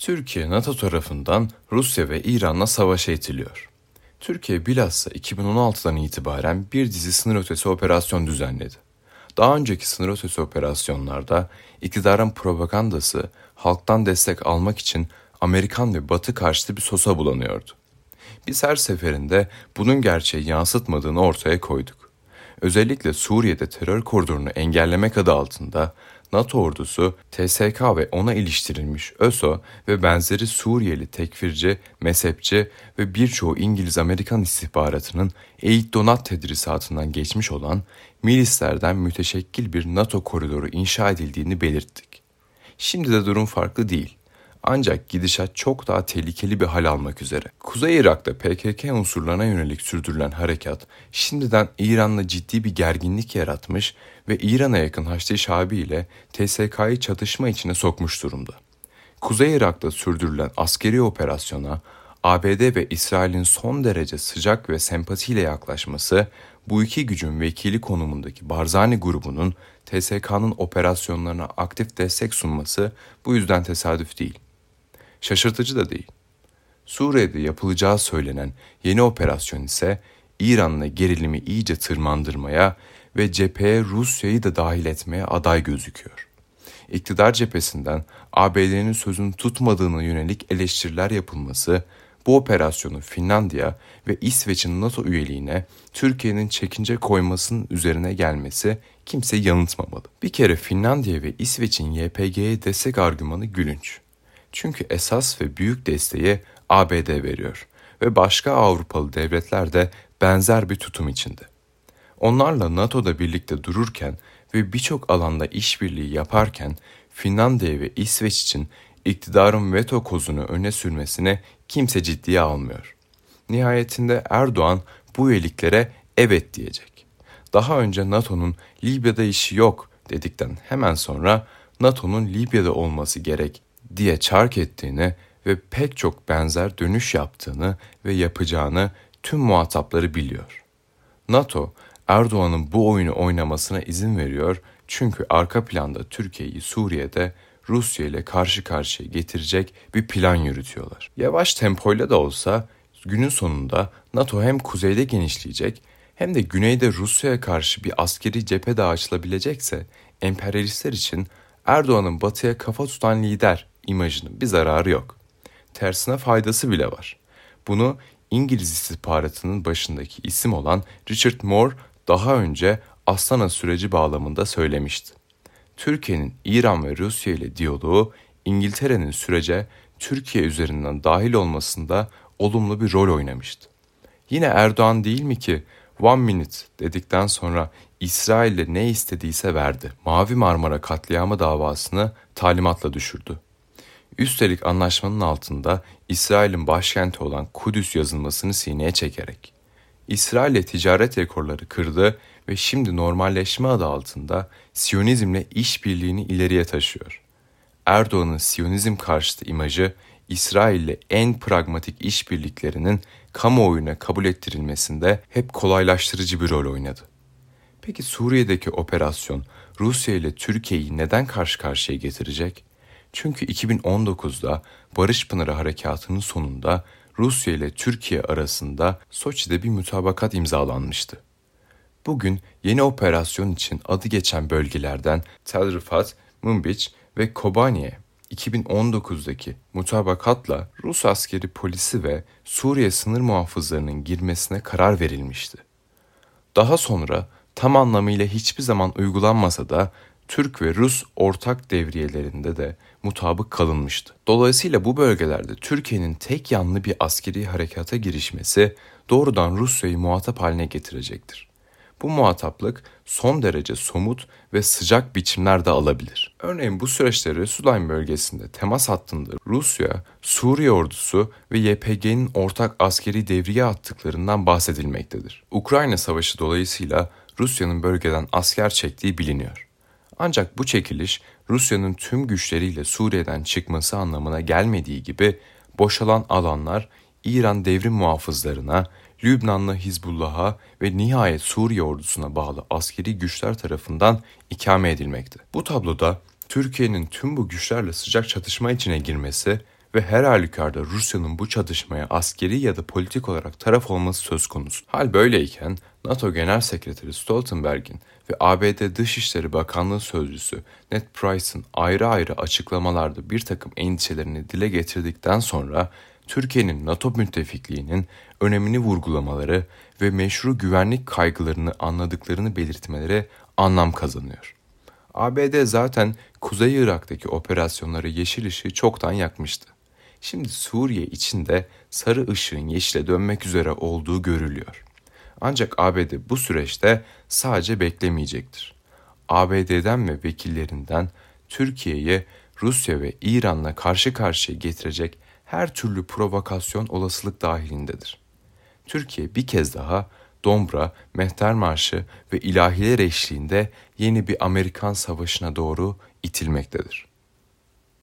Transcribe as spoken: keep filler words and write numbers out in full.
Türkiye, NATO tarafından Rusya ve İran'la savaşa itiliyor. Türkiye bilhassa iki bin on altıdan itibaren bir dizi sınır ötesi operasyon düzenledi. Daha önceki sınır ötesi operasyonlarda iktidarın propagandası halktan destek almak için Amerikan ve Batı karşıtı bir sosa bulanıyordu. Biz her seferinde bunun gerçeği yansıtmadığını ortaya koyduk. Özellikle Suriye'de terör koridorunu engellemek adı altında NATO ordusu, T S K ve ona iliştirilmiş ÖSO ve benzeri Suriyeli tekfirci, mezhepçi ve birçoğu İngiliz-Amerikan istihbaratının eğit donat tedrisatından geçmiş olan milislerden müteşekkil bir NATO koridoru inşa edildiğini belirttik. Şimdi de durum farklı değil. Ancak gidişat çok daha tehlikeli bir hal almak üzere. Kuzey Irak'ta P K K unsurlarına yönelik sürdürülen harekat şimdiden İran'la ciddi bir gerginlik yaratmış ve İran'a yakın Haçlı Şabi ile T S K'yı çatışma içine sokmuş durumda. Kuzey Irak'ta sürdürülen askeri operasyona A B D ve İsrail'in son derece sıcak ve sempatiyle yaklaşması, bu iki gücün vekili konumundaki Barzani grubunun T S K'nın operasyonlarına aktif destek sunması bu yüzden tesadüf değil. Şaşırtıcı da değil. Suriye'de yapılacağı söylenen yeni operasyon ise İran'la gerilimi iyice tırmandırmaya ve cepheye Rusya'yı da dahil etmeye aday gözüküyor. İktidar cephesinden A B D'nin sözünü tutmadığına yönelik eleştiriler yapılması, bu operasyonu Finlandiya ve İsveç'in NATO üyeliğine Türkiye'nin çekince koymasının üzerine gelmesi kimseyi yanıltmamalı. Bir kere Finlandiya ve İsveç'in Y P G'ye destek argümanı gülünç. Çünkü esas ve büyük desteği A B D veriyor ve başka Avrupalı devletler de benzer bir tutum içinde. Onlarla NATO'da birlikte dururken ve birçok alanda işbirliği yaparken Finlandiya ve İsveç için iktidarın veto kozunu öne sürmesini kimse ciddiye almıyor. Nihayetinde Erdoğan bu üyeliklere evet diyecek. Daha önce NATO'nun Libya'da işi yok dedikten hemen sonra NATO'nun Libya'da olması gerek diye çark ettiğini ve pek çok benzer dönüş yaptığını ve yapacağını tüm muhatapları biliyor. NATO, Erdoğan'ın bu oyunu oynamasına izin veriyor çünkü arka planda Türkiye'yi Suriye'de Rusya ile karşı karşıya getirecek bir plan yürütüyorlar. Yavaş tempoyla da olsa günün sonunda NATO hem kuzeyde genişleyecek hem de güneyde Rusya'ya karşı bir askeri cephe daha açılabilecekse emperyalistler için Erdoğan'ın batıya kafa tutan lider imajının bir zararı yok. Tersine faydası bile var. Bunu İngiliz istihbaratının başındaki isim olan Richard Moore daha önce Astana süreci bağlamında söylemişti. Türkiye'nin İran ve Rusya ile diyaloğu İngiltere'nin sürece Türkiye üzerinden dahil olmasında olumlu bir rol oynamıştı. Yine Erdoğan değil mi ki one minute dedikten sonra İsrail'le ne istediyse verdi. Mavi Marmara katliamı davasını talimatla düşürdü. Üstelik anlaşmanın altında İsrail'in başkenti olan Kudüs yazılmasını sineye çekerek. İsrail'le ticaret rekorları kırdı ve şimdi normalleşme adı altında Siyonizmle işbirliğini ileriye taşıyor. Erdoğan'ın Siyonizm karşıtı imajı İsrail'le en pragmatik işbirliklerinin kamuoyuna kabul ettirilmesinde hep kolaylaştırıcı bir rol oynadı. Peki Suriye'deki operasyon Rusya ile Türkiye'yi neden karşı karşıya getirecek? Çünkü iki bin on dokuzda Barış Pınarı Harekatı'nın sonunda Rusya ile Türkiye arasında Soçi'de bir mutabakat imzalanmıştı. Bugün yeni operasyon için adı geçen bölgelerden Tel Rifat, Münbiç ve Kobani'ye iki bin on dokuzdaki mutabakatla Rus askeri polisi ve Suriye sınır muhafızlarının girmesine karar verilmişti. Daha sonra tam anlamıyla hiçbir zaman uygulanmasa da Türk ve Rus ortak devriyelerinde de mutabık kalınmıştı. Dolayısıyla bu bölgelerde Türkiye'nin tek yanlı bir askeri harekata girişmesi doğrudan Rusya'yı muhatap haline getirecektir. Bu muhataplık son derece somut ve sıcak biçimler de alabilir. Örneğin bu süreçte Resulayn bölgesinde temas hattında Rusya, Suriye ordusu ve Y P G'nin ortak askeri devriye attıklarından bahsedilmektedir. Ukrayna Savaşı dolayısıyla Rusya'nın bölgeden asker çektiği biliniyor. Ancak bu çekiliş Rusya'nın tüm güçleriyle Suriye'den çıkması anlamına gelmediği gibi boşalan alanlar İran devrim muhafızlarına, Lübnanlı Hizbullah'a ve nihayet Suriye ordusuna bağlı askeri güçler tarafından ikame edilmekte. Bu tabloda Türkiye'nin tüm bu güçlerle sıcak çatışma içine girmesi ve her halükarda Rusya'nın bu çatışmaya askeri ya da politik olarak taraf olması söz konusu. Hal böyleyken NATO Genel Sekreteri Stoltenberg'in ve A B D Dışişleri Bakanlığı Sözcüsü Ned Price'ın ayrı ayrı açıklamalarda bir takım endişelerini dile getirdikten sonra Türkiye'nin NATO müttefikliğinin önemini vurgulamaları ve meşru güvenlik kaygılarını anladıklarını belirtmeleri anlam kazanıyor. A B D zaten Kuzey Irak'taki operasyonları yeşil ışığı çoktan yakmıştı. Şimdi Suriye içinde sarı ışığın yeşile dönmek üzere olduğu görülüyor. Ancak A B D bu süreçte sadece beklemeyecektir. A B D'den ve vekillerinden Türkiye'ye Rusya ve İran'la karşı karşıya getirecek her türlü provokasyon olasılık dahilindedir. Türkiye bir kez daha Dombra, Mehter Marşı ve ilahiler eşliğinde yeni bir Amerikan savaşına doğru itilmektedir.